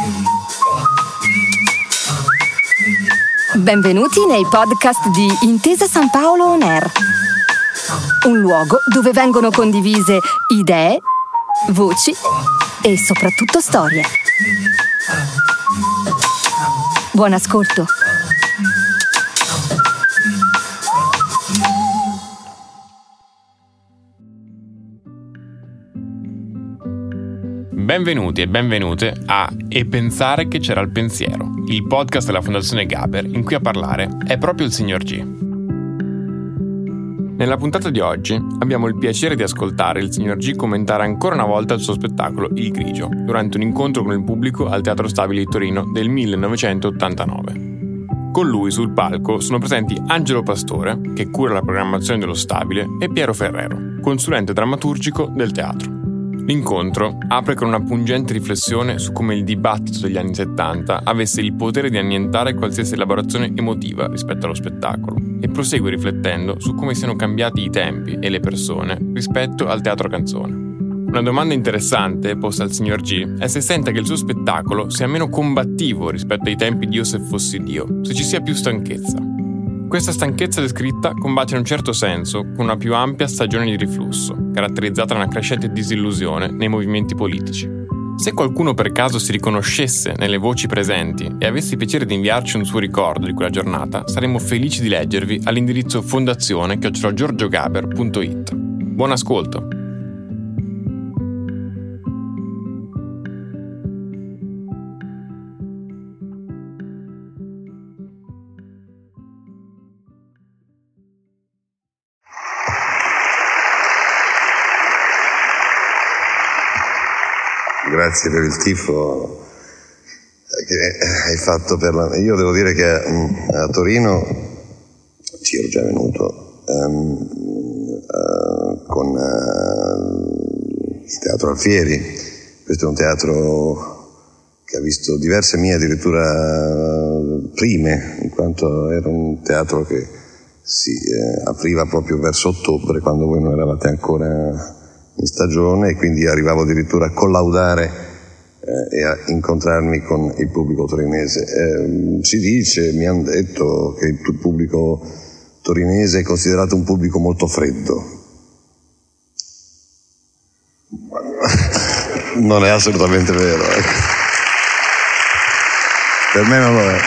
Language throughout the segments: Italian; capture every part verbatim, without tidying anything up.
Benvenuti nei podcast di Intesa San Paolo On Air, un luogo dove vengono condivise idee, voci e soprattutto storie. Buon ascolto. Benvenuti e benvenute a E pensare che c'era il pensiero, il podcast della Fondazione Gaber in cui a parlare è proprio il signor G. Nella puntata di oggi abbiamo il piacere di ascoltare il signor G commentare ancora una volta il suo spettacolo Il Grigio durante un incontro con il pubblico al Teatro Stabile di Torino del millenovecentottantanove. Con lui sul palco sono presenti Angelo Pastore, che cura la programmazione dello Stabile, e Piero Ferrero, consulente drammaturgico del teatro. L'incontro apre con una pungente riflessione su come il dibattito degli anni settanta avesse il potere di annientare qualsiasi elaborazione emotiva rispetto allo spettacolo e prosegue riflettendo su come siano cambiati i tempi e le persone rispetto al teatro canzone. Una domanda interessante posta al signor G è se senta che il suo spettacolo sia meno combattivo rispetto ai tempi di Io se fossi Dio, se ci sia più stanchezza. Questa stanchezza descritta combacia in un certo senso con una più ampia stagione di riflusso, caratterizzata da una crescente disillusione nei movimenti politici. Se qualcuno per caso si riconoscesse nelle voci presenti e avesse il piacere di inviarci un suo ricordo di quella giornata, saremmo felici di leggervi all'indirizzo fondazione chiocciola giorgiogaber punto it. Buon ascolto! Grazie per il tifo che hai fatto per la... Io devo dire che a Torino ci ero già venuto um, uh, con uh, il Teatro Alfieri. Questo è un teatro che ha visto diverse mie addirittura prime, in quanto era un teatro che si eh, apriva proprio verso ottobre, quando voi non eravate ancora in stagione, e quindi arrivavo addirittura a collaudare eh, e a incontrarmi con il pubblico torinese. Eh, si dice, mi hanno detto che il pubblico torinese è considerato un pubblico molto freddo. Non è assolutamente vero. Ecco. Per me non lo è.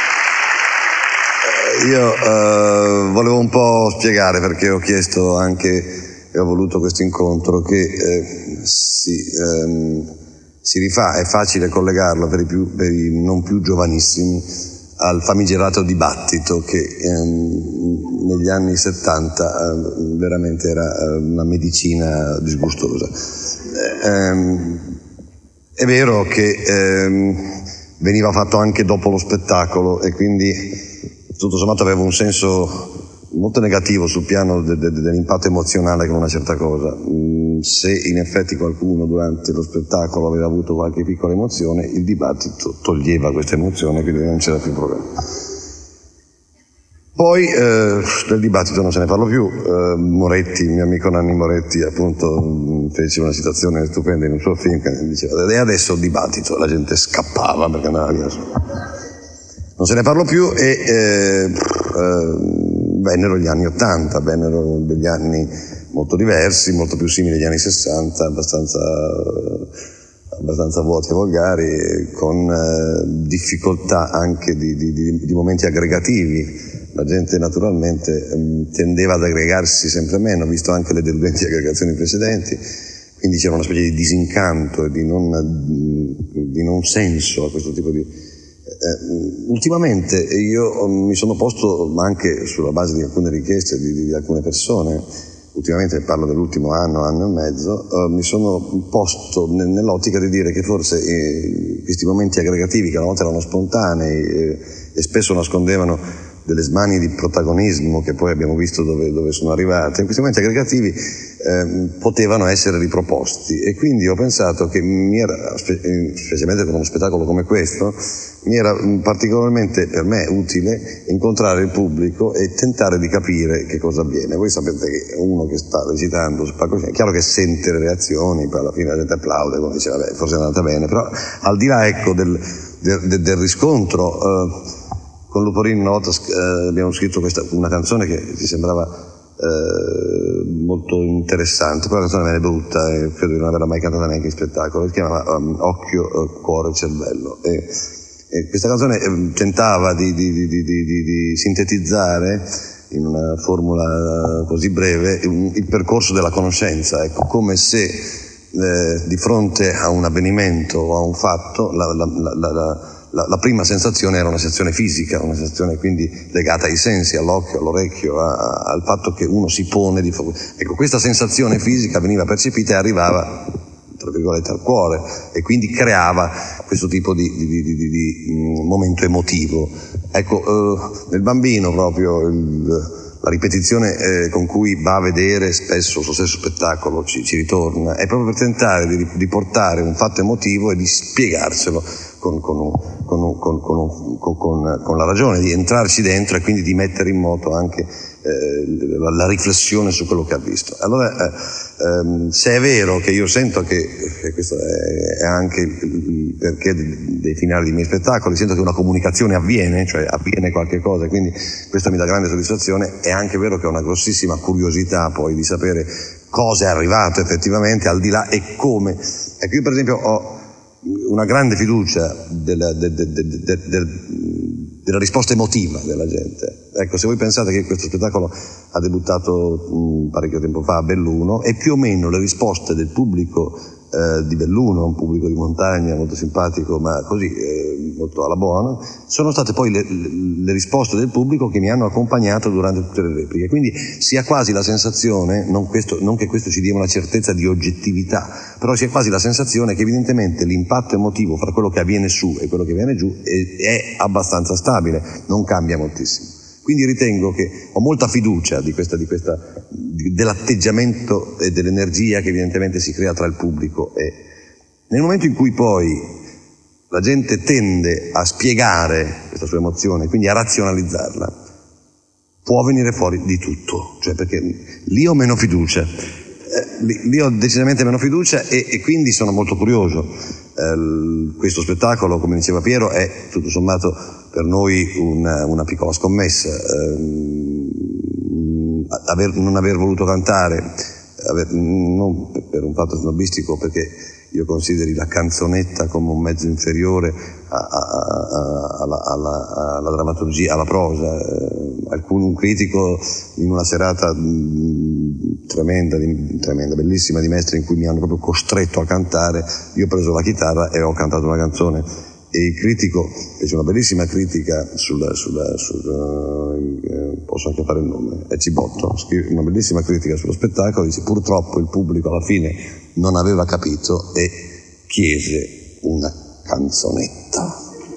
Io eh, volevo un po' spiegare, perché ho chiesto anche e ho voluto questo incontro, che eh, si, ehm, si rifà, è facile collegarlo per i, più, per i non più giovanissimi al famigerato dibattito che ehm, negli anni settanta eh, veramente era eh, una medicina disgustosa. Eh, ehm, è vero che ehm, veniva fatto anche dopo lo spettacolo e quindi tutto sommato aveva un senso molto negativo sul piano de- de- dell'impatto emozionale con una certa cosa. Mm, se in effetti qualcuno durante lo spettacolo aveva avuto qualche piccola emozione, il dibattito toglieva questa emozione, quindi non c'era più problema. Poi eh, del dibattito non se ne parlò più. eh, Moretti, il mio amico Nanni Moretti, appunto fece una citazione stupenda in un suo film che diceva: e adesso il dibattito, la gente scappava perché andava via. Non se ne parlò più e eh, eh, vennero gli anni Ottanta, vennero degli anni molto diversi, molto più simili agli anni Sessanta, abbastanza, abbastanza vuoti e volgari, con eh, difficoltà anche di, di, di, di momenti aggregativi. La gente naturalmente eh, tendeva ad aggregarsi sempre meno, visto anche le deludenti aggregazioni precedenti, quindi c'era una specie di disincanto e di non, di non senso a questo tipo di... Eh, ultimamente io mi sono posto, ma anche sulla base di alcune richieste di, di alcune persone, ultimamente parlo dell'ultimo anno, anno e mezzo, eh, mi sono posto nel, nell'ottica di dire che forse eh, questi momenti aggregativi, che una volta erano spontanei eh, e spesso nascondevano delle smanie di protagonismo che poi abbiamo visto dove, dove sono arrivate, in questi momenti aggregativi eh, potevano essere riproposti, e quindi ho pensato che mi era, spe- specialmente con uno spettacolo come questo, mi era particolarmente per me utile incontrare il pubblico e tentare di capire che cosa avviene. Voi sapete che uno che sta recitando sul palcoscenico è chiaro che sente le reazioni, poi alla fine la gente applaude, come dice vabbè forse è andata bene, però al di là ecco del, del, del riscontro, eh, con Luporini una volta eh, abbiamo scritto questa, una canzone che ci sembrava eh, molto interessante, poi la canzone venne brutta e credo di non averla mai cantata neanche in spettacolo, si chiamava um, Occhio, uh, Cuore, Cervello, e, e questa canzone eh, tentava di, di, di, di, di, di sintetizzare in una formula così breve il percorso della conoscenza, ecco, come se eh, di fronte a un avvenimento o a un fatto la, la, la, la, la, la prima sensazione era una sensazione fisica, una sensazione quindi legata ai sensi, all'occhio, all'orecchio, a, a, al fatto che uno si pone di fronte. Ecco, questa sensazione fisica veniva percepita e arrivava tra virgolette al cuore, e quindi creava questo tipo di, di, di, di, di momento emotivo. Ecco, eh, nel bambino proprio il, la ripetizione eh, con cui va a vedere spesso il suo stesso spettacolo ci, ci ritorna, è proprio per tentare di, di portare un fatto emotivo e di spiegarselo con, con, con, con, con, con, con la ragione, di entrarci dentro e quindi di mettere in moto anche eh, la, la riflessione su quello che ha visto. Allora, eh, ehm, se è vero che io sento che, e questo è, è anche il perché dei finali dei miei spettacoli, sento che una comunicazione avviene, cioè avviene qualche cosa, quindi questo mi dà grande soddisfazione. È anche vero che ho una grossissima curiosità poi di sapere cosa è arrivato effettivamente al di là e come. Ecco, io per esempio ho una grande fiducia della, de, de, de, de, de, della risposta emotiva della gente. Ecco, se voi pensate che questo spettacolo ha debuttato mh, parecchio tempo fa a Belluno, e più o meno le risposte del pubblico eh, di Belluno, un pubblico di montagna molto simpatico, ma così eh, molto alla buona, sono state poi le, le, le risposte del pubblico che mi hanno accompagnato durante tutte le repliche. Quindi si ha quasi la sensazione, non, questo, non che questo ci dia una certezza di oggettività, però si ha quasi la sensazione che evidentemente l'impatto emotivo fra quello che avviene su e quello che viene giù è, è abbastanza stabile, non cambia moltissimo. Quindi ritengo che ho molta fiducia di questa, di questa, di, dell'atteggiamento e dell'energia che evidentemente si crea tra il pubblico, e nel momento in cui poi la gente tende a spiegare questa sua emozione, quindi a razionalizzarla, può venire fuori di tutto, cioè perché lì ho meno fiducia, eh, lì, lì ho decisamente meno fiducia e, e quindi sono molto curioso. Eh, questo spettacolo, come diceva Piero, è tutto sommato per noi una, una piccola scommessa. Eh, aver, non aver voluto cantare, aver, non per un fatto snobbistico, perché io consideri la canzonetta come un mezzo inferiore a, a, a, alla, alla, alla drammaturgia, alla prosa. Eh, alcun un critico in una serata mh, tremenda, di, tremenda, bellissima di Mestre, in cui mi hanno proprio costretto a cantare, io ho preso la chitarra e ho cantato una canzone, e il critico fece una bellissima critica sulla, sulla, sulla eh, posso anche fare il nome, è Cibotto, scrive una bellissima critica sullo spettacolo, dice: purtroppo il pubblico alla fine non aveva capito e chiese una canzonetta.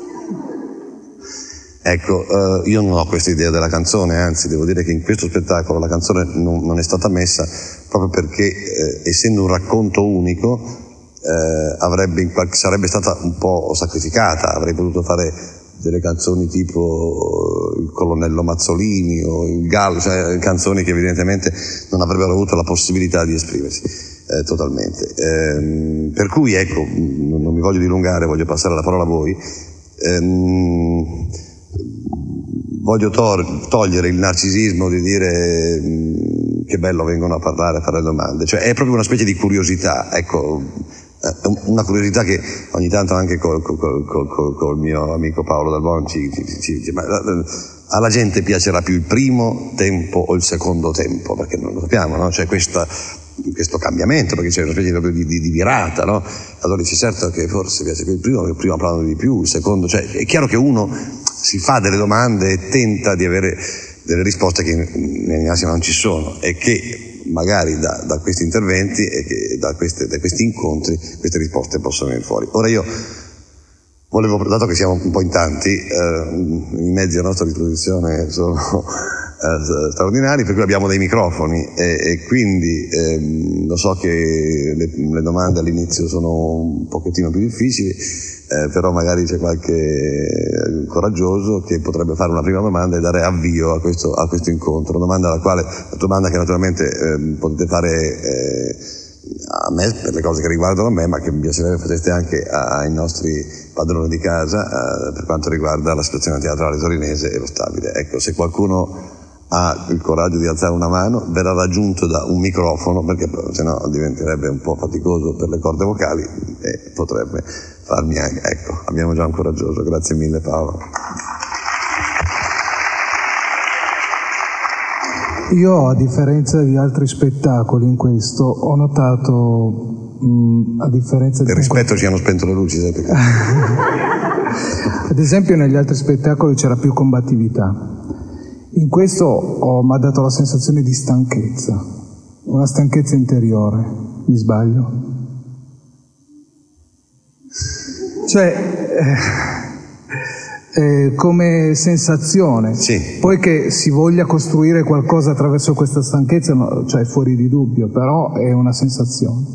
Ecco, eh, io non ho questa idea della canzone, anzi devo dire che in questo spettacolo la canzone non, non è stata messa proprio perché eh, essendo un racconto unico eh, avrebbe in qualche, sarebbe stata un po' sacrificata, avrei potuto fare delle canzoni tipo il Colonnello Mazzolini o il Gallo, cioè canzoni che evidentemente non avrebbero avuto la possibilità di esprimersi eh, totalmente. Eh, per cui ecco, non, non mi voglio dilungare, voglio passare la parola a voi. Eh, voglio tor- togliere il narcisismo di dire mh, che bello vengono a parlare, a fare domande, cioè è proprio una specie di curiosità, ecco, una curiosità che ogni tanto anche col, col, col, col, col mio amico Paolo Dal Bon ci, ci, ci, ci, ma alla gente piacerà più il primo tempo o il secondo tempo, perché non lo sappiamo, no? C'è questa, questo cambiamento, perché c'è una specie di, di, di virata, no? Allora dice certo che forse piace più il primo, il primo applaudono di più, il secondo, cioè è chiaro che uno si fa delle domande e tenta di avere delle risposte che in massima non ci sono, e che magari da, da questi interventi e che da, queste, da questi incontri queste risposte possono venire fuori. Ora io volevo, dato che siamo un po' in tanti, eh, i mezzi a nostra disposizione sono eh, straordinari, per cui abbiamo dei microfoni e, e quindi ehm, lo so che le, le domande all'inizio sono un pochettino più difficili, eh, però magari c'è qualche coraggioso che potrebbe fare una prima domanda e dare avvio a questo, a questo incontro, domanda alla quale, domanda che naturalmente eh, potete fare eh, a me per le cose che riguardano me, ma che mi piacerebbe faceste anche ai nostri padroni di casa eh, per quanto riguarda la situazione teatrale torinese e lo stabile. Ecco, se qualcuno ha il coraggio di alzare una mano verrà raggiunto da un microfono, perché sennò diventerebbe un po' faticoso per le corde vocali e potrebbe farmi anche, ecco, abbiamo già un coraggioso. Grazie mille Paolo. Io, a differenza di altri spettacoli in questo, ho notato, mh, a differenza per di... rispetto ci hanno spento le luci, sai perché? Ad esempio negli altri spettacoli c'era più combattività. In questo mi ha dato la sensazione di stanchezza, una stanchezza interiore, mi sbaglio? Cioè... Eh... Eh, come sensazione, sì. Poi che si voglia costruire qualcosa attraverso questa stanchezza, no, cioè fuori di dubbio, però è una sensazione.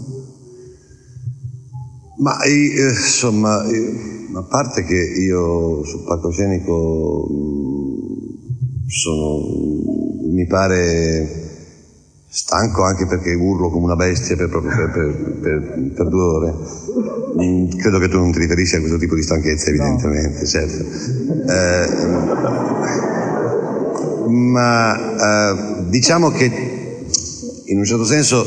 Ma eh, insomma, eh, a parte che io sul palcoscenico sono, mi pare stanco anche perché urlo come una bestia per, proprio per, per, per, per due ore. Credo che tu non ti riferisci a questo tipo di stanchezza, evidentemente, no. Certo. Eh, ma eh, diciamo che in un certo senso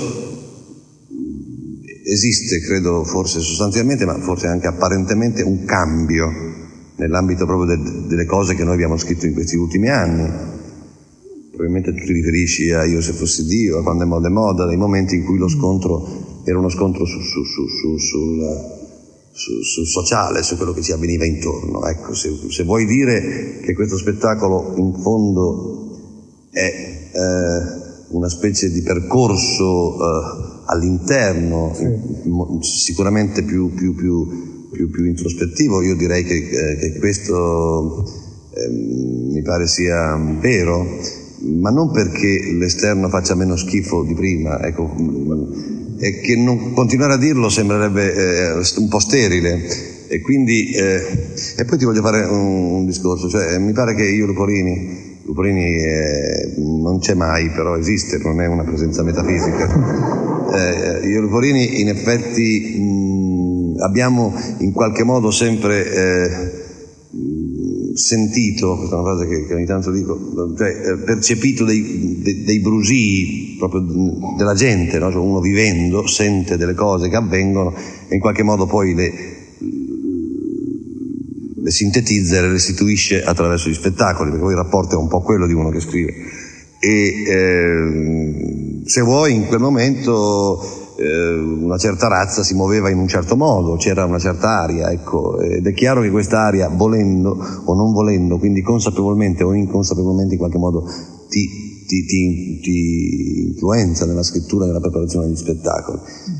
esiste, credo, forse sostanzialmente, ma forse anche apparentemente, un cambio nell'ambito proprio de- delle cose che noi abbiamo scritto in questi ultimi anni. Probabilmente tu ti riferisci a Io se fossi Dio, a Quando è moda è moda, dei momenti in cui lo scontro era uno scontro su, su, su, su, sul, su, sul sociale, su quello che ci avveniva intorno. Ecco, se, se vuoi dire che questo spettacolo in fondo è eh, una specie di percorso eh, all'interno, sì. in, sicuramente più, più, più, più, più introspettivo, io direi che, eh, che questo eh, mi pare sia vero, ma non perché l'esterno faccia meno schifo di prima, ecco, e che non, continuare a dirlo sembrerebbe eh, un po' sterile, e quindi eh, e poi ti voglio fare un, un discorso, cioè mi pare che io Luporini Luporini eh, non c'è mai, però esiste, non è una presenza metafisica. Eh, io Luporini in effetti mh, abbiamo in qualche modo sempre eh, sentito, questa è una frase che, che ogni tanto dico, cioè percepito dei, dei, dei brusii proprio della gente, no? Cioè uno vivendo sente delle cose che avvengono e in qualche modo poi le, le sintetizza e le restituisce attraverso gli spettacoli, perché poi il rapporto è un po' quello di uno che scrive. E eh, se vuoi in quel momento una certa razza si muoveva in un certo modo, c'era una certa aria, ecco, ed è chiaro che questa aria, volendo o non volendo, quindi consapevolmente o inconsapevolmente in qualche modo ti, ti, ti, ti influenza nella scrittura, nella preparazione degli spettacoli.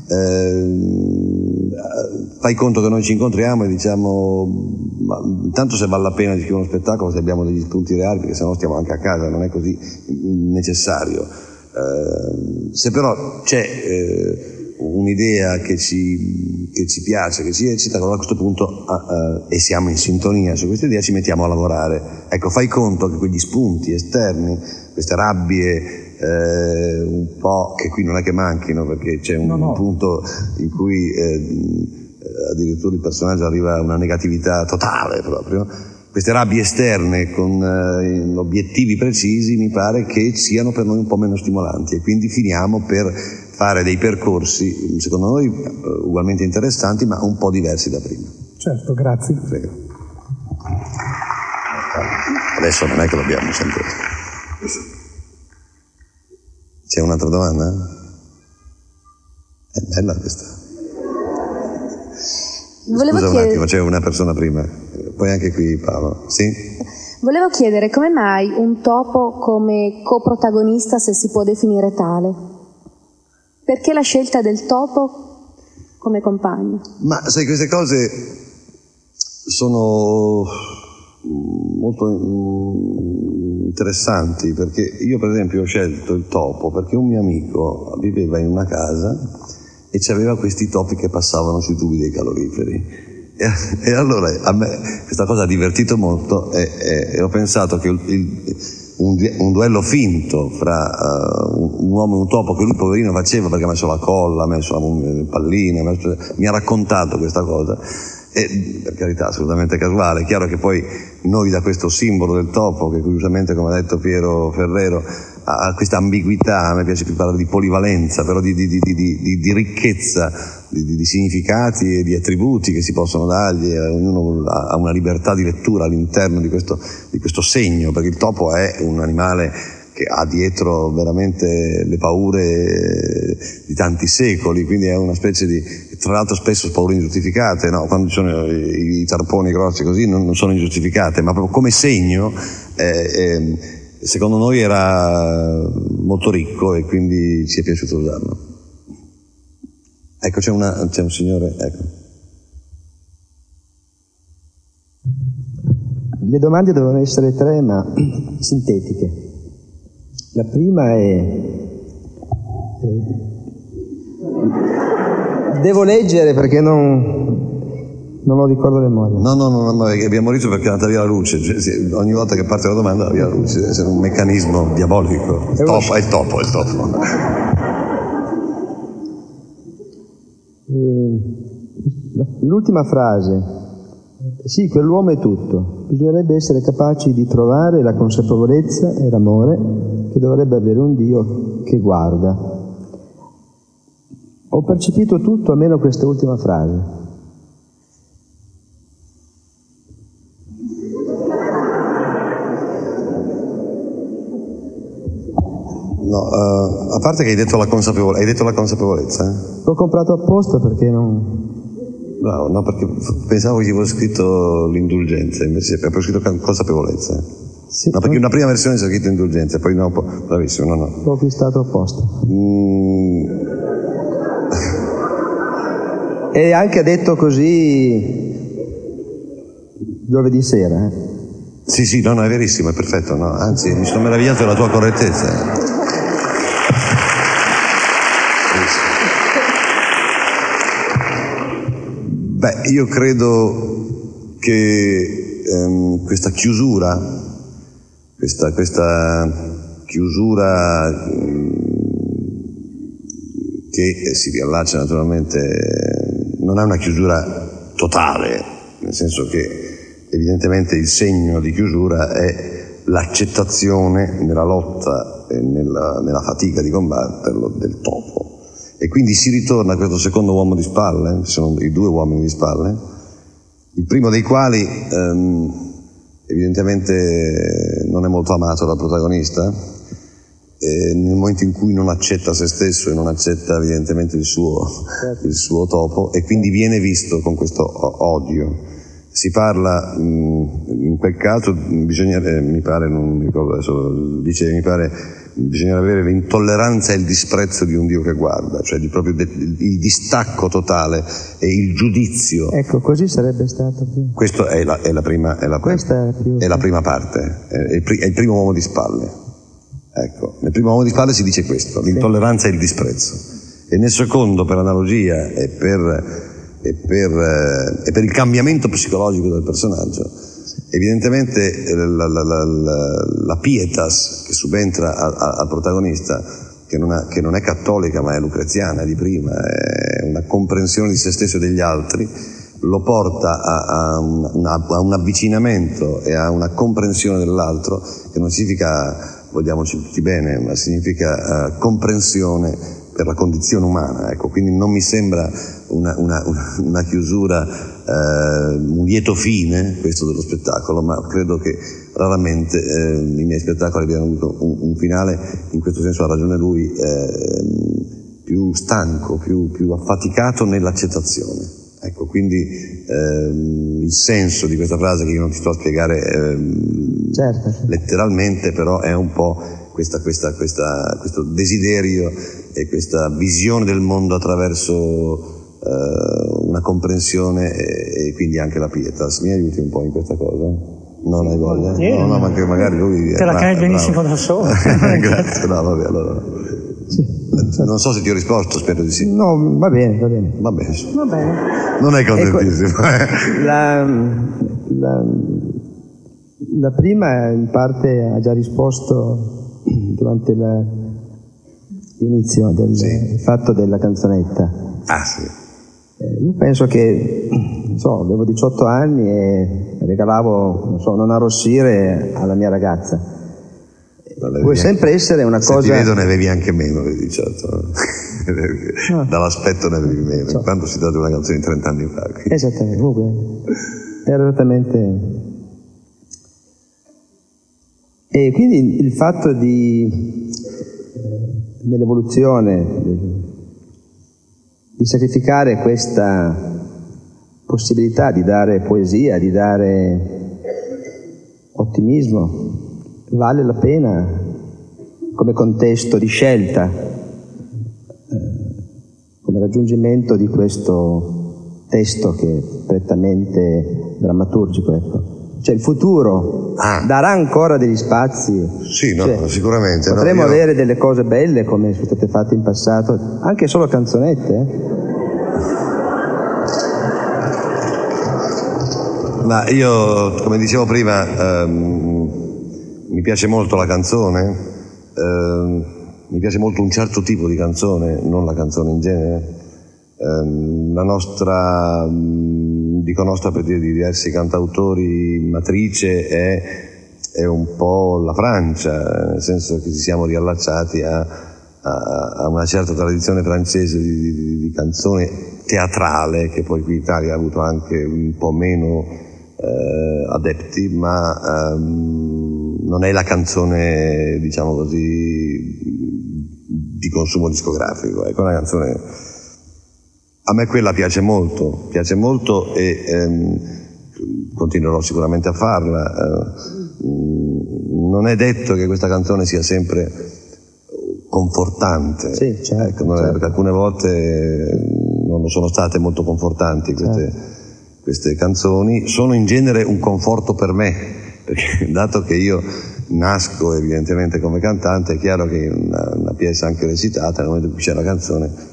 Eh, fai conto che noi ci incontriamo e diciamo, ma intanto se vale la pena di scrivere uno spettacolo, se abbiamo degli spunti reali, perché sennò stiamo anche a casa, non è così necessario. Uh, se però c'è uh, un'idea che ci, che ci piace, che ci eccita, allora a questo punto uh, uh, e siamo in sintonia su questa idea, ci mettiamo a lavorare. Ecco, fai conto che quegli spunti esterni, queste rabbie uh, un po' che qui non è che manchino, perché c'è un, no, no. punto in cui uh, addirittura il personaggio arriva a una negatività totale proprio. Queste rabbie esterne con eh, obiettivi precisi mi pare che siano per noi un po' meno stimolanti e quindi finiamo per fare dei percorsi, secondo noi, uh, ugualmente interessanti, ma un po' diversi da prima. Certo, grazie. Prego. Adesso non è che l'abbiamo sempre. C'è un'altra domanda? È bella questa. Volevo Scusa un chiedere... attimo, c'è una persona prima, poi anche qui Paolo. Sì? Volevo chiedere come mai un topo come coprotagonista, se si può definire tale? Perché la scelta del topo come compagno? Ma sai, queste cose sono molto interessanti, perché io per esempio ho scelto il topo perché un mio amico viveva in una casa e c'aveva questi topi che passavano sui tubi dei caloriferi e, e allora a me questa cosa ha divertito molto e, e, e ho pensato che il, il, un, un duello finto fra uh, un uomo e un topo che lui poverino faceva, perché ha messo la colla, ha messo le palline, ha messo, mi ha raccontato questa cosa. E per carità assolutamente casuale, è chiaro che poi noi da questo simbolo del topo, che curiosamente come ha detto Piero Ferrero ha questa ambiguità, a me piace più parlare di polivalenza, però di, di, di, di, di, di ricchezza di, di, di significati e di attributi che si possono dargli, e ognuno ha una libertà di lettura all'interno di questo, di questo segno, perché il topo è un animale che ha dietro veramente le paure di tanti secoli, quindi è una specie di, tra l'altro spesso paure ingiustificate, no? Quando ci sono i, i tarponi grossi così non, non sono ingiustificate, ma proprio come segno eh, eh, secondo noi era molto ricco e quindi ci è piaciuto usarlo. Ecco, c'è, una, c'è un signore, ecco. Le domande devono essere tre, ma sintetiche. La prima è, eh, devo leggere perché non, non lo ricordo a memoria. No, no, no, no, abbiamo riso perché è andata via la luce, cioè, sì, ogni volta che parte la domanda va via la luce, deve essere un meccanismo diabolico. Il topo, è il topo, è il topo. Eh, l'ultima frase. Sì, quell'uomo è tutto. Bisognerebbe essere capaci di trovare la consapevolezza e l'amore che dovrebbe avere un Dio che guarda. Ho percepito tutto, a meno questa ultima frase. No, uh, a parte che hai detto la consapevolezza, hai detto la consapevolezza? Eh? L'ho comprato apposta perché non... Bravo, no, perché pensavo che ci fosse scritto l'indulgenza, invece è proprio scritto consapevolezza. Sì, no, perché una prima versione c'è scritto indulgenza, poi no, bravissimo, no, no. L'ho acquistato apposta. Mm. E anche detto così giovedì sera, eh? Sì, sì, no, no, è verissimo, è perfetto, no, anzi, mi sono meravigliato della tua correttezza. Beh, io credo che ehm, questa chiusura, questa, questa chiusura mh, che si riallaccia naturalmente, non è una chiusura totale, nel senso che evidentemente il segno di chiusura è l'accettazione nella lotta e nella, nella fatica di combatterlo del topo. E quindi si ritorna a questo secondo uomo di spalle, sono i due uomini di spalle, il primo dei quali ehm, evidentemente non è molto amato dal protagonista, e nel momento in cui non accetta se stesso e non accetta evidentemente il suo, certo. il suo topo, e quindi viene visto con questo odio. Si parla, mh, in quel caso bisogna, eh, mi pare, non mi ricordo adesso, dice, mi pare, bisogna avere l'intolleranza e il disprezzo di un Dio che guarda, cioè di proprio de, il distacco totale e il giudizio. Ecco, così sarebbe stato più. Questo è la, è la prima, è la, Questa è, più... è la prima parte, è, è, il, è il primo uomo di spalle. Ecco, nel primo uomo di spalle si dice questo, l'intolleranza sì. e il disprezzo. E nel secondo, per analogia e per, e per, eh, e per il cambiamento psicologico del personaggio, evidentemente la, la, la, la, la pietas che subentra a, a, al protagonista, che non, ha, che non è cattolica ma è lucreziana di prima, è una comprensione di se stesso e degli altri, lo porta a, a, un, a un avvicinamento e a una comprensione dell'altro, che non significa, vogliamoci tutti bene, ma significa uh, comprensione per la condizione umana, ecco, quindi non mi sembra una, una, una, una chiusura, eh, un lieto fine questo dello spettacolo, ma credo che raramente eh, i miei spettacoli abbiano avuto un, un finale, in questo senso ha ragione lui, eh, più stanco, più, più affaticato nell'accettazione. Ecco, quindi ehm, il senso di questa frase, che io non ti sto a spiegare ehm, certo. letteralmente, però è un po' questa, questa, questa, questo desiderio e questa visione del mondo attraverso eh, una comprensione e, e quindi anche la pietas. Mi aiuti un po' in questa cosa? Non hai voglia? Sì, no, no, ma che magari lui te la cavi benissimo da solo. Grazie, no, vabbè, allora. Sì. Non so se ti ho risposto, spero di sì. No, va bene, va bene. Va bene. Va bene. Non è contentissimo. Ecco, la, la, la prima in parte ha già risposto durante la, l'inizio del sì. fatto della canzonetta. Ah, sì. Io penso che, non so, avevo diciotto anni e regalavo, non so, Non arrossire alla mia ragazza. Può sempre essere una se cosa... Se ti vedo ne avevi anche meno di diciotto. No. Dall'aspetto ne avevi meno, so. Quando si tratta di una canzone di trenta anni fa. Quindi. Esattamente, comunque, era esattamente... E quindi il fatto di, nell'evoluzione... di sacrificare questa possibilità di dare poesia, di dare ottimismo, vale la pena come contesto di scelta, eh, come raggiungimento di questo testo che è prettamente drammaturgico. Ecco. Cioè il futuro ah. darà ancora degli spazi. Sì, no, cioè, sicuramente. Potremo no, io... avere delle cose belle come sono state fatte in passato, anche solo canzonette. Eh? Ma io, come dicevo prima, ehm, mi piace molto la canzone, ehm, mi piace molto un certo tipo di canzone, non la canzone in genere. Ehm, la nostra, dico nostra per dire di diversi cantautori, matrice è, è un po' la Francia, nel senso che ci siamo riallacciati a, a, a una certa tradizione francese di, di, di canzone teatrale, che poi qui in Italia ha avuto anche un po' meno eh, adepti, ma ehm, non è la canzone, diciamo così, di consumo discografico, ecco, una canzone. A me quella piace molto, piace molto e ehm, continuerò sicuramente a farla. Eh, non è detto che questa canzone sia sempre confortante, sì, certo, ecco, non è, certo. perché alcune volte non sono state molto confortanti queste, certo. queste canzoni. Sono in genere un conforto per me, perché dato che io nasco evidentemente come cantante, è chiaro che una, una pièce anche recitata, nel momento in cui c'è la canzone,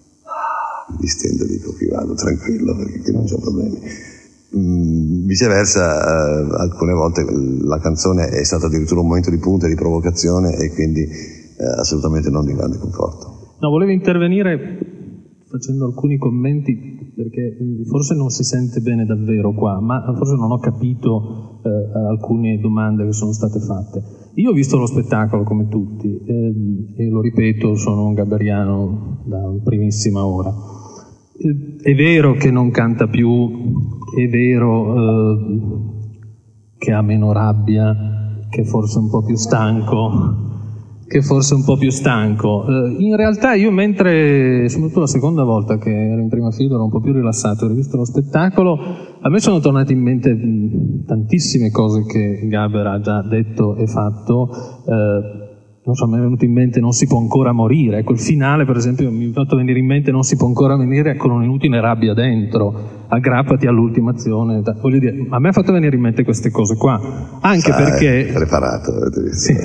mi stendo e dico qui vado tranquillo perché qui non c'ho problemi. Mm, viceversa, eh, alcune volte la canzone è stata addirittura un momento di punta e di provocazione e quindi eh, assolutamente non di grande conforto. No, volevo intervenire facendo alcuni commenti perché forse non si sente bene davvero qua, ma forse non ho capito eh, alcune domande che sono state fatte. Io ho visto lo spettacolo come tutti eh, e lo ripeto, sono un gaberiano da primissima ora. Eh, è vero che non canta più, è vero eh, che ha meno rabbia, che forse è un po' più stanco, che forse è un po' più stanco. Eh, in realtà io mentre, soprattutto la seconda volta che ero in prima fila, ero un po' più rilassato, ho rivisto lo spettacolo, a me sono tornate in mente mh, tantissime cose che Gaber ha già detto e fatto. Eh, non so, mi è venuto in mente Non si può ancora morire. Ecco, il finale, per esempio, mi è fatto venire in mente Non si può ancora venire con un'inutile rabbia dentro, aggrappati all'ultimazione. Voglio dire, a me ha fatto venire in mente queste cose qua. Anche Sai, perché... preparato, avete visto? Sì.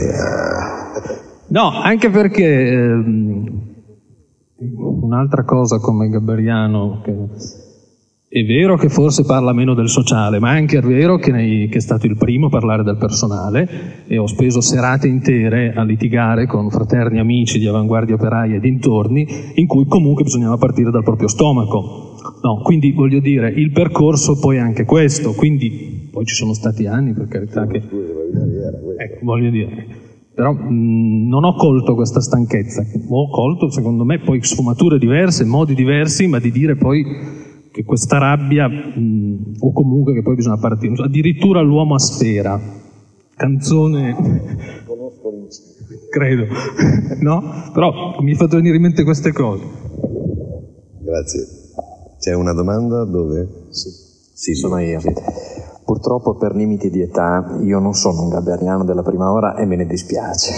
No, anche perché ehm, un'altra cosa come Gaberiano, che è vero che forse parla meno del sociale, ma è anche vero che, nei, che è stato il primo a parlare del personale e ho speso serate intere a litigare con fraterni amici di Avanguardia Operaia e dintorni, in cui comunque bisognava partire dal proprio stomaco. No, quindi voglio dire, il percorso poi è anche questo, quindi poi ci sono stati anni, per carità, che... Ecco, voglio dire... Però mh, non ho colto questa stanchezza, ho colto secondo me poi sfumature diverse, modi diversi, ma di dire poi che questa rabbia, mh, o comunque che poi bisogna partire, addirittura l'uomo a sfera, canzone, credo, no? Però mi hai fatto venire in mente queste cose. Grazie. C'è una domanda? Dove? Sì, sì sono io. Sì. Purtroppo per limiti di età io non sono un gaberiano della prima ora e me ne dispiace.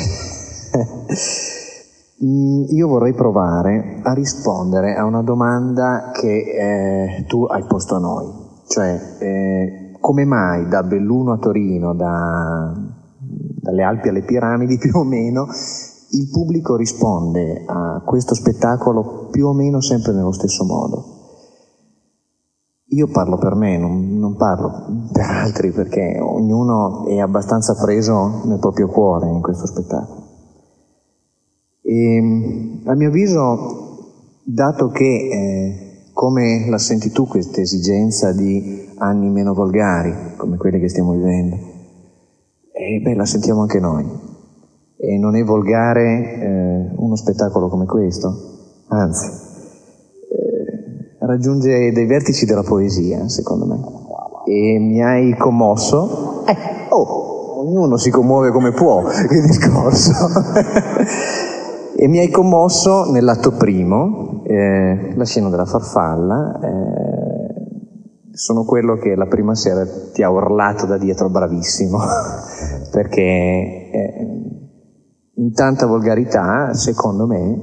Io vorrei provare a rispondere a una domanda che eh, tu hai posto a noi, cioè eh, come mai da Belluno a Torino, da, dalle Alpi alle Piramidi più o meno, il pubblico risponde a questo spettacolo più o meno sempre nello stesso modo. Io parlo per me, non, non parlo per altri, perché ognuno è abbastanza preso nel proprio cuore in questo spettacolo. E, a mio avviso, dato che, eh, come la senti tu, questa esigenza di anni meno volgari, come quelli che stiamo vivendo, e beh, la sentiamo anche noi. E non è volgare eh, uno spettacolo come questo, anzi, raggiunge dei vertici della poesia, secondo me. E mi hai commosso. Eh, oh, ognuno si commuove come può, il discorso. E mi hai commosso nell'atto primo, eh, la scena della farfalla. Eh, sono quello che la prima sera ti ha urlato da dietro, bravissimo, perché eh, in tanta volgarità, secondo me,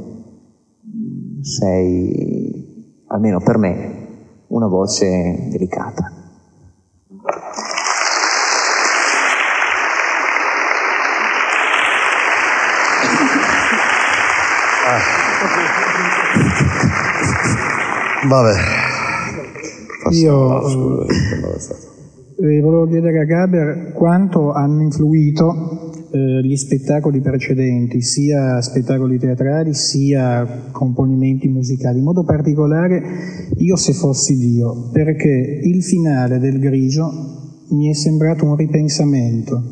sei, almeno per me, una voce delicata. Vabbè. Io eh, volevo chiedere a Gaber quanto hanno influito eh, gli spettacoli precedenti, sia spettacoli teatrali sia componimenti musicali. In modo particolare Io se fossi Dio, perché il finale del Grigio mi è sembrato un ripensamento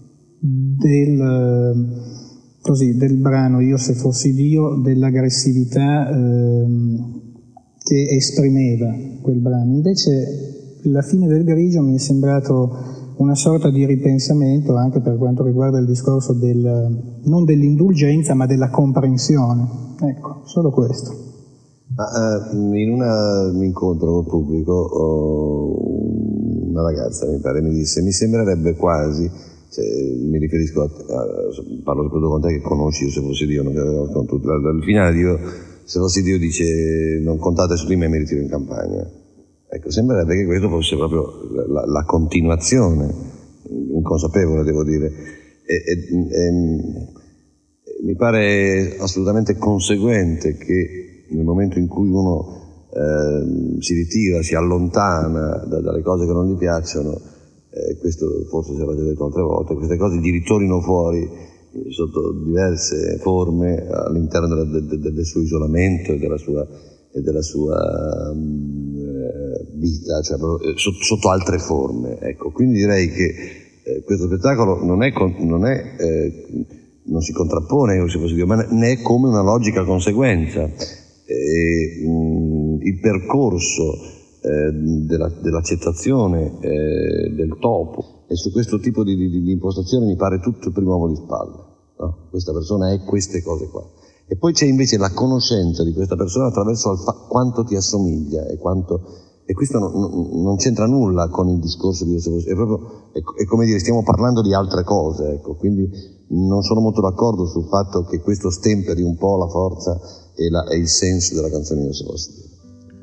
del, così, del brano Io se fossi Dio, dell'aggressività eh, che esprimeva quel brano. Invece la fine del Grigio mi è sembrato una sorta di ripensamento anche per quanto riguarda il discorso del, non dell'indulgenza ma della comprensione. Ecco, solo questo. Ma, uh, in una, un incontro col pubblico oh, una ragazza mi pare mi disse mi sembrerebbe quasi, cioè, mi riferisco a, a parlo soprattutto con te che conosci Io se fossi Dio, non, con tutto, al finale di Io se fossi Dio dice non contate su di me, mi ritiro in campagna. Ecco, sembrerebbe che questo fosse proprio la, la continuazione, inconsapevole devo dire, e, e, e, mi pare assolutamente conseguente che nel momento in cui uno eh, si ritira, si allontana da, dalle cose che non gli piacciono, eh, questo forse se l'ho già detto altre volte, queste cose gli ritornino fuori sotto diverse forme all'interno della, de, de, del suo isolamento e della sua, e della sua um, vita, cioè sotto, sotto altre forme. Ecco, quindi direi che eh, questo spettacolo non è, non, è eh, non si contrappone, o se fosse dire, ma ne è come una logica conseguenza. E, um, il percorso eh, della, dell'accettazione eh, del topo, e su questo tipo di, di, di impostazione mi pare tutto il primo uomo di spalle, no? Questa persona è queste cose qua, e poi c'è invece la conoscenza di questa persona attraverso il fa- quanto ti assomiglia e quanto, e questo non, non, non c'entra nulla con il discorso di è proprio è, è come dire, stiamo parlando di altre cose, ecco, quindi non sono molto d'accordo sul fatto che questo stemperi un po' la forza e, la, e il senso della canzone Io se fossi Dio.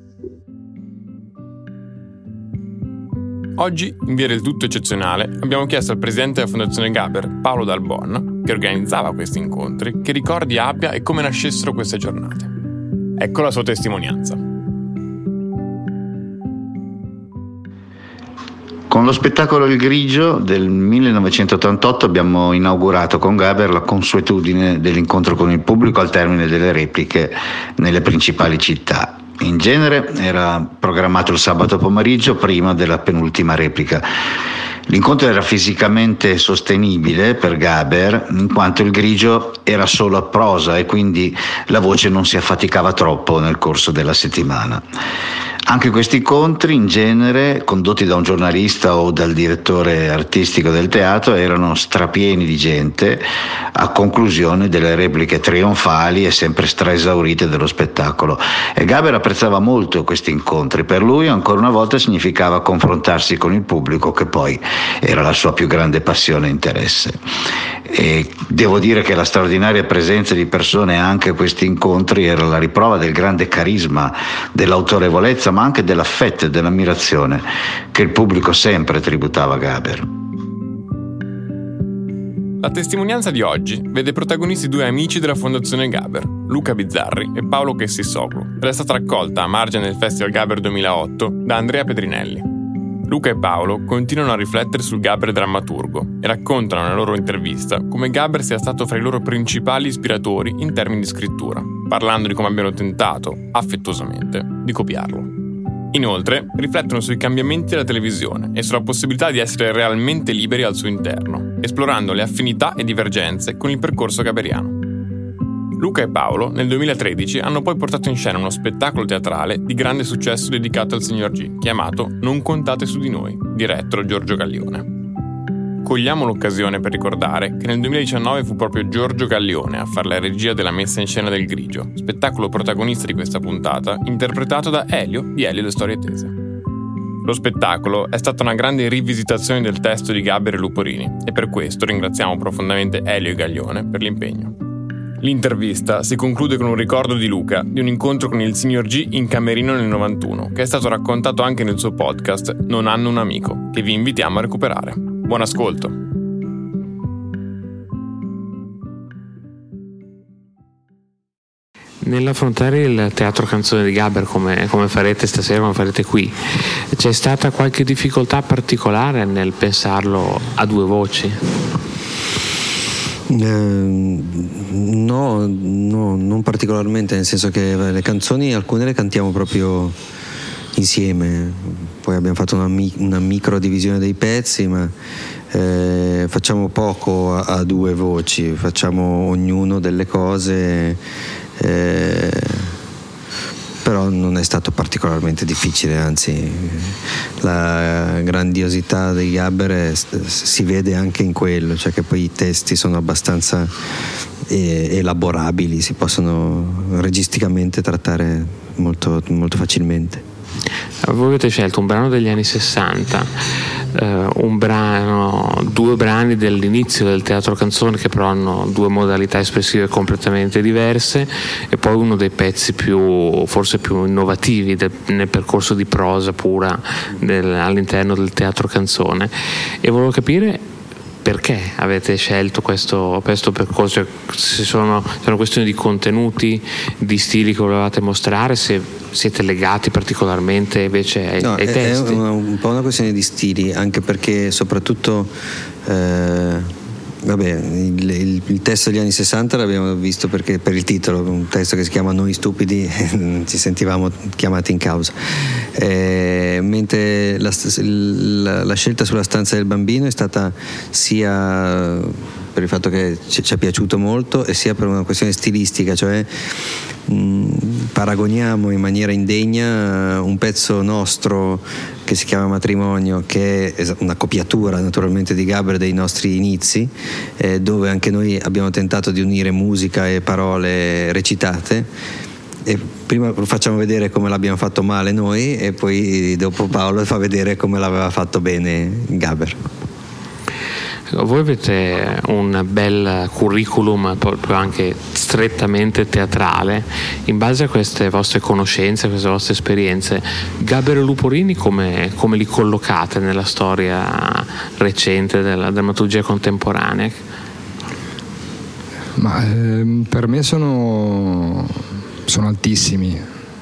Oggi, in via del tutto eccezionale, abbiamo chiesto al presidente della Fondazione Gaber, Paolo Dal Bon, che organizzava questi incontri, che ricordi abbia e come nascessero queste giornate. Ecco la sua testimonianza. Con lo spettacolo Il Grigio del millenovecentottantotto abbiamo inaugurato con Gaber la consuetudine dell'incontro con il pubblico al termine delle repliche nelle principali città. In genere era programmato il sabato pomeriggio prima della penultima replica. L'incontro era fisicamente sostenibile per Gaber in quanto il Grigio era solo a prosa e quindi la voce non si affaticava troppo nel corso della settimana. Anche questi incontri, in genere, condotti da un giornalista o dal direttore artistico del teatro, erano strapieni di gente a conclusione delle repliche trionfali e sempre straesaurite dello spettacolo. E Gaber apprezzava molto questi incontri. Per lui, ancora una volta, significava confrontarsi con il pubblico, che poi era la sua più grande passione e interesse. E devo dire che la straordinaria presenza di persone anche a questi incontri era la riprova del grande carisma, dell'autorevolezza, ma ma anche dell'affetto e dell'ammirazione che il pubblico sempre tributava a Gaber. La testimonianza di oggi vede protagonisti due amici della Fondazione Gaber, Luca Bizzarri e Paolo Chessissoglu, ed è stata raccolta a margine del Festival Gaber duemilaotto da Andrea Pedrinelli. Luca e Paolo continuano a riflettere sul Gaber drammaturgo e raccontano nella loro intervista come Gaber sia stato fra i loro principali ispiratori in termini di scrittura, parlando di come abbiano tentato, affettuosamente, di copiarlo. Inoltre, riflettono sui cambiamenti della televisione e sulla possibilità di essere realmente liberi al suo interno, esplorando le affinità e divergenze con il percorso gaberiano. Luca e Paolo nel duemilatredici hanno poi portato in scena uno spettacolo teatrale di grande successo dedicato al signor G, chiamato Non contate su di noi, diretto da Giorgio Gallione. Cogliamo l'occasione per ricordare che nel duemiladiciannove fu proprio Giorgio Gallione a fare la regia della messa in scena del Grigio, spettacolo protagonista di questa puntata, interpretato da Elio di Elio le Storie Tese. Lo spettacolo è stata una grande rivisitazione del testo di Gaber e Luporini e per questo ringraziamo profondamente Elio e Gallione per l'impegno. L'intervista si conclude con un ricordo di Luca di un incontro con il signor G in Camerino nel novantuno, che è stato raccontato anche nel suo podcast Non hanno un amico, che vi invitiamo a recuperare. Buon ascolto! Nell'affrontare il teatro canzone di Gaber come, come farete stasera, come farete qui, c'è stata qualche difficoltà particolare nel pensarlo a due voci? Eh, no, no, non particolarmente, nel senso che le canzoni alcune le cantiamo proprio insieme, poi abbiamo fatto una, una micro divisione dei pezzi, ma eh, facciamo poco a, a due voci, facciamo ognuno delle cose, eh, però non è stato particolarmente difficile, anzi la grandiosità dei Gaber è, si vede anche in quello, cioè che poi i testi sono abbastanza eh, elaborabili, si possono registicamente trattare molto, molto facilmente. Voi avete scelto un brano degli anni sessanta, eh, un brano, due brani dell'inizio del teatro canzone che però hanno due modalità espressive completamente diverse, e poi uno dei pezzi più, forse più innovativi del, nel percorso di prosa pura del, all'interno del teatro canzone, e volevo capire perché avete scelto questo, questo percorso, se sono, sono questioni di contenuti, di stili che volevate mostrare, se siete legati particolarmente invece ai, no, ai è, testi? È una, un po' una questione di stili, anche perché soprattutto eh, vabbè, il, il, il testo degli anni sessanta l'abbiamo visto perché per il titolo, un testo che si chiama Noi stupidi, ci sentivamo chiamati in causa, eh, mentre la, la, la scelta sulla stanza del bambino è stata sia per il fatto che ci, ci è piaciuto molto e sia per una questione stilistica, cioè mh, paragoniamo in maniera indegna un pezzo nostro che si chiama Matrimonio, che è una copiatura naturalmente di Gaber dei nostri inizi, eh, dove anche noi abbiamo tentato di unire musica e parole recitate, e prima facciamo vedere come l'abbiamo fatto male noi e poi dopo Paolo fa vedere come l'aveva fatto bene Gaber. Voi avete un bel curriculum proprio anche strettamente teatrale. In base a queste vostre conoscenze, a queste vostre esperienze, Gaber e Luporini come, come li collocate nella storia recente della drammaturgia contemporanea? Ma eh, per me sono, sono altissimi.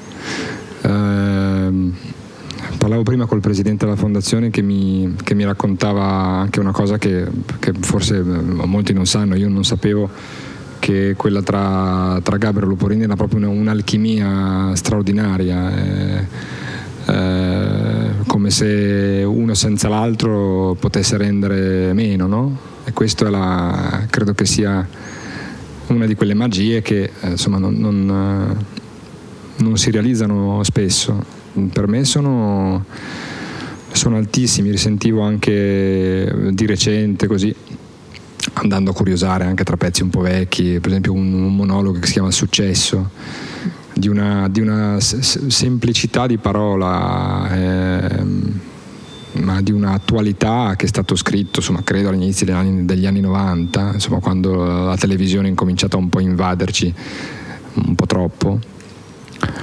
Eh, Parlavo prima col presidente della fondazione che mi, che mi raccontava anche una cosa che, che forse molti non sanno, io non sapevo, che quella tra, tra Gaber e Luporini era proprio una, un'alchimia straordinaria, eh, eh, come se uno senza l'altro potesse rendere meno, no? E questo è la, credo che sia una di quelle magie che eh, insomma non, non, non si realizzano spesso. Per me sono, sono altissimi, risentivo anche di recente così, andando a curiosare anche tra pezzi un po' vecchi, per esempio un, un monologo che si chiama Il successo, di una, di una s- semplicità di parola, eh, ma di un'attualità che è stato scritto, insomma, credo all'inizio degli anni, degli anni novanta, insomma, quando la televisione ha incominciato un po' a invaderci un po' troppo.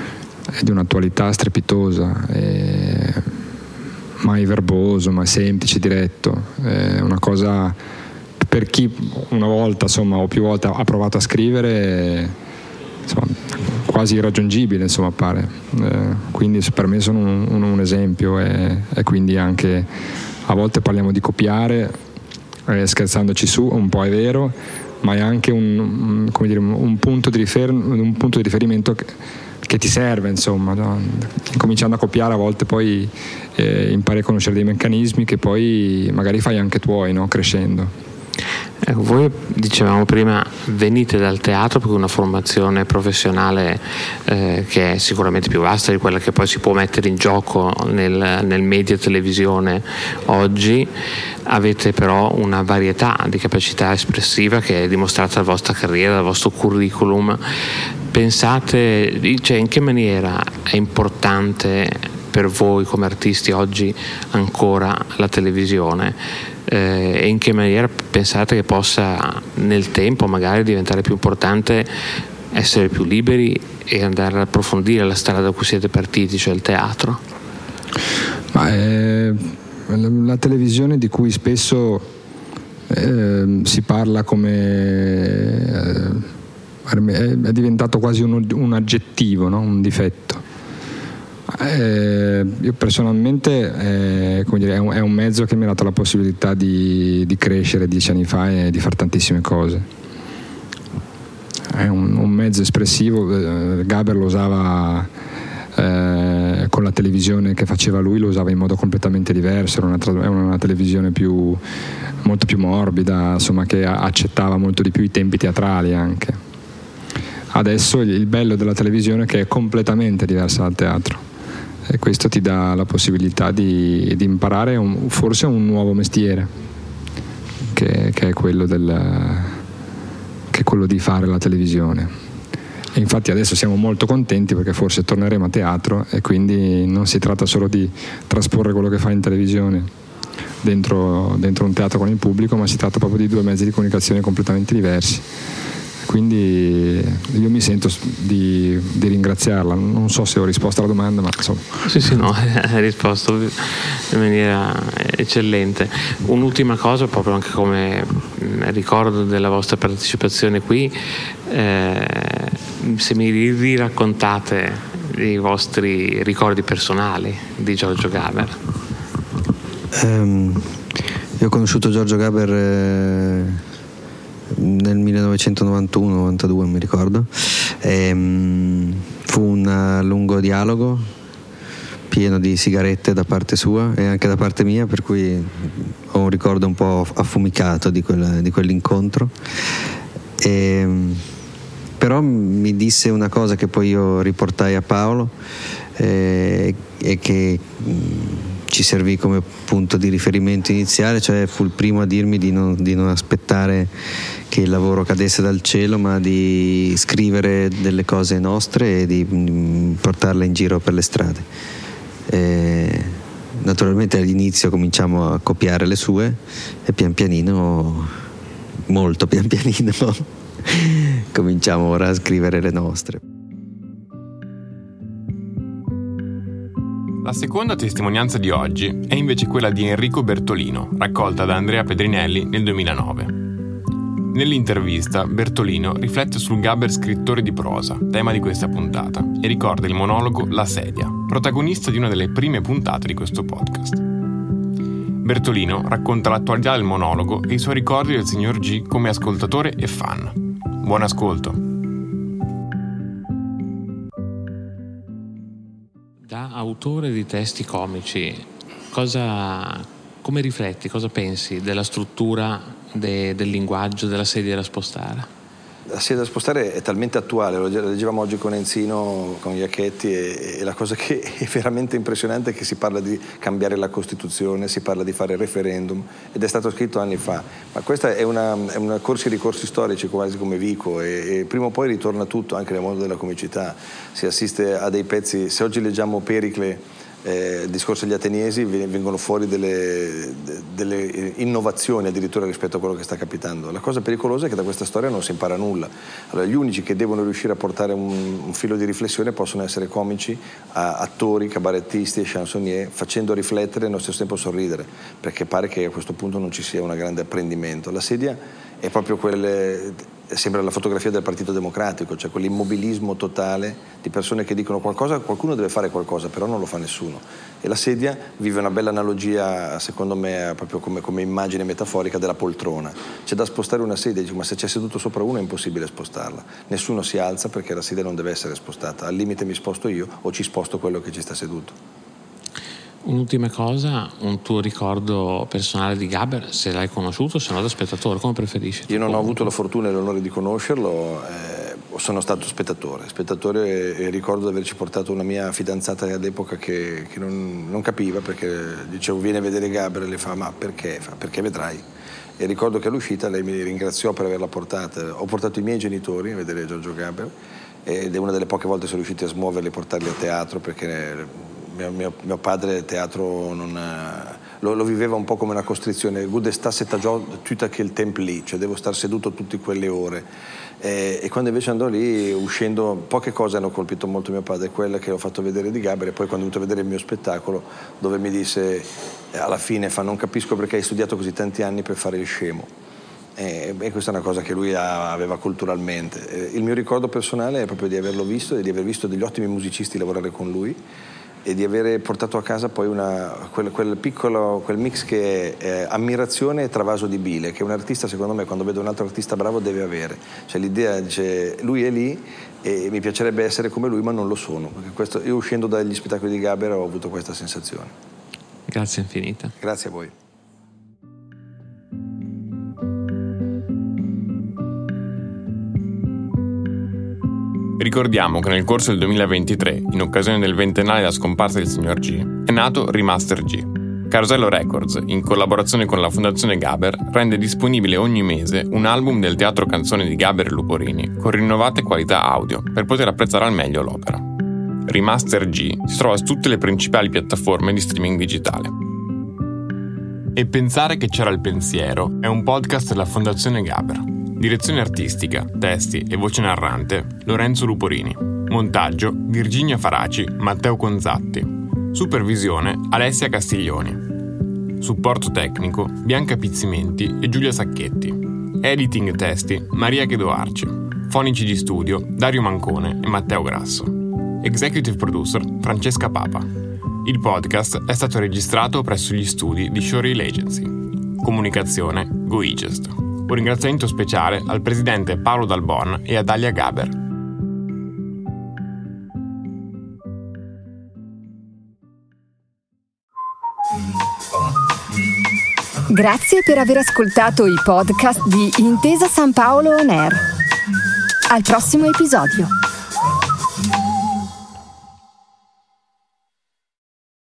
è di un'attualità strepitosa, è mai verboso, ma semplice, diretto, è una cosa per chi una volta, insomma, o più volte ha provato a scrivere, insomma, quasi irraggiungibile, insomma, pare. Eh, quindi per me sono un, un, un esempio e, e quindi anche a volte parliamo di copiare, eh, scherzandoci su, un po' è vero, ma è anche un, come dire, un, punto, di rifer- un punto di riferimento che, che ti serve, insomma, no? Cominciando a copiare a volte poi eh, impari a conoscere dei meccanismi che poi magari fai anche tuoi, no? Crescendo. Ecco, voi dicevamo prima venite dal teatro perché è una formazione professionale eh, che è sicuramente più vasta di quella che poi si può mettere in gioco nel, nel media televisione oggi. Avete però una varietà di capacità espressiva che è dimostrata dalla vostra carriera, dal vostro curriculum. Pensate, cioè, in che maniera è importante per voi come artisti oggi ancora la televisione? Eh, e in che maniera pensate che possa nel tempo magari diventare più importante essere più liberi e andare ad approfondire la strada da cui siete partiti, cioè il teatro? Ma è la televisione di cui spesso eh, si parla come eh, è diventato quasi un, un aggettivo, no? Un difetto. Eh, io personalmente eh, come dire, è, un, è un mezzo che mi ha dato la possibilità di, di crescere dieci anni fa e di fare tantissime cose. È un, un mezzo espressivo. eh, Gaber lo usava eh, con la televisione che faceva lui, lo usava in modo completamente diverso, era una, era una televisione più, molto più morbida, insomma, che accettava molto di più i tempi teatrali anche. Adesso il, il bello della televisione è che è completamente diversa dal teatro. E questo ti dà la possibilità di, di imparare un, forse un nuovo mestiere che, che è quello del, che è quello di fare la televisione. E infatti adesso siamo molto contenti perché forse torneremo a teatro e quindi non si tratta solo di trasporre quello che fa in televisione dentro, dentro un teatro con il pubblico, ma si tratta proprio di due mezzi di comunicazione completamente diversi. Quindi io mi sento di, di ringraziarla. Non so se ho risposto alla domanda, ma insomma. Sì, sì, no, hai risposto in maniera eccellente. Un'ultima cosa, proprio anche come ricordo della vostra partecipazione qui, eh, se mi riraccontate i vostri ricordi personali di Giorgio Gaber. Um, io ho conosciuto Giorgio Gaber eh... nel millenovecentonovantuno novantadue, mi ricordo. E, um, fu un lungo dialogo pieno di sigarette da parte sua e anche da parte mia, per cui ho un ricordo un po' affumicato di, quel, di quell'incontro. E, però mi disse una cosa che poi io riportai a Paolo eh, e che ci servì come punto di riferimento iniziale, cioè fu il primo a dirmi di non, di non aspettare che il lavoro cadesse dal cielo, ma di scrivere delle cose nostre e di portarle in giro per le strade. E naturalmente all'inizio cominciamo a copiare le sue e pian pianino, molto pian pianino, cominciamo ora a scrivere le nostre. La seconda testimonianza di oggi è invece quella di Enrico Bertolino, raccolta da Andrea Pedrinelli nel duemilanove. Nell'intervista, Bertolino riflette sul Gaber scrittore di prosa, tema di questa puntata, e ricorda il monologo La sedia, protagonista di una delle prime puntate di questo podcast. Bertolino racconta l'attualità del monologo e i suoi ricordi del signor G come ascoltatore e fan. Buon ascolto! Da autore di testi comici, cosa, come rifletti, cosa pensi della struttura de, del linguaggio, della sedia da spostare? La sedia da spostare è talmente attuale, lo leggevamo oggi con Enzino, con Iacchetti, e, e la cosa che è veramente impressionante è che si parla di cambiare la Costituzione, si parla di fare il referendum, ed è stato scritto anni fa. Ma questa è una, è una corsi e ricorsi storici quasi come Vico, e, e prima o poi ritorna tutto anche nel mondo della comicità. Si assiste a dei pezzi, se oggi leggiamo Pericle, eh, il discorso degli ateniesi vengono fuori delle, delle innovazioni addirittura rispetto a quello che sta capitando. La cosa pericolosa è che da questa storia non si impara nulla. Allora, gli unici che devono riuscire a portare un, un filo di riflessione possono essere comici, a, attori, cabarettisti e chansonnier, facendo riflettere e nello stesso tempo sorridere, perché pare che a questo punto non ci sia un grande apprendimento. La sedia è proprio quelle... sembra la fotografia del Partito Democratico, cioè quell'immobilismo totale di persone che dicono qualcosa, qualcuno deve fare qualcosa, però non lo fa nessuno. E la sedia vive una bella analogia, secondo me, proprio come, come immagine metaforica della poltrona. C'è da spostare una sedia, dico, ma se c'è seduto sopra uno è impossibile spostarla. Nessuno si alza perché la sedia non deve essere spostata. Al limite mi sposto io o ci sposto quello che ci sta seduto. Un'ultima cosa, un tuo ricordo personale di Gaber, se l'hai conosciuto, se no da spettatore, come preferisci? Io non ho avuto la fortuna e l'onore di conoscerlo, eh, sono stato spettatore, spettatore e, e ricordo di averci portato una mia fidanzata all'epoca che, che non, non capiva, perché dicevo vieni a vedere Gaber e le fa ma perché? Fa, perché vedrai. E ricordo che all'uscita lei mi ringraziò per averla portata, ho portato i miei genitori a vedere Giorgio Gaber ed è una delle poche volte sono riusciti a smuoverli e portarli a teatro perché... Mio, mio, mio padre teatro non, lo, lo viveva un po' come una costrizione, Gude stasse tutta che il tempo lì, cioè devo stare seduto tutte quelle ore e, e quando invece andò lì uscendo poche cose hanno colpito molto mio padre, quella che ho fatto vedere di Gaber e poi quando ho venuto a vedere il mio spettacolo dove mi disse eh, alla fine fa non capisco perché hai studiato così tanti anni per fare il scemo. E, e questa è una cosa che lui ha, aveva culturalmente. E il mio ricordo personale è proprio di averlo visto e di aver visto degli ottimi musicisti lavorare con lui e di avere portato a casa poi una, quel, quel piccolo quel mix che è eh, ammirazione e travaso di bile, che un artista secondo me quando vede un altro artista bravo deve avere, cioè l'idea dice lui è lì e mi piacerebbe essere come lui ma non lo sono, perché questo, io uscendo dagli spettacoli di Gaber ho avuto questa sensazione. Grazie infinita. Grazie a voi. Ricordiamo che nel corso del duemilaventitré, in occasione del ventennale della scomparsa del signor G, è nato Remaster G. Carosello Records, in collaborazione con la Fondazione Gaber, rende disponibile ogni mese un album del teatro canzone di Gaber e Luporini con rinnovate qualità audio per poter apprezzare al meglio l'opera. Remaster G si trova su tutte le principali piattaforme di streaming digitale. E pensare che c'era il pensiero è un podcast della Fondazione Gaber. Direzione artistica, testi e voce narrante Lorenzo Luporini. Montaggio Virginia Faraci, Matteo Conzatti. Supervisione Alessia Castiglioni. Supporto tecnico Bianca Pizzimenti e Giulia Sacchetti. Editing testi Maria Chedoarci. Fonici di studio Dario Mancone e Matteo Grasso. Executive producer Francesca Papa. Il podcast è stato registrato presso gli studi di Showreel Agency. Comunicazione GoEgest. Un ringraziamento speciale al presidente Paolo Dalbon e a Dalia Gaber. Grazie per aver ascoltato i podcast di Intesa San Paolo On Air. Al prossimo episodio.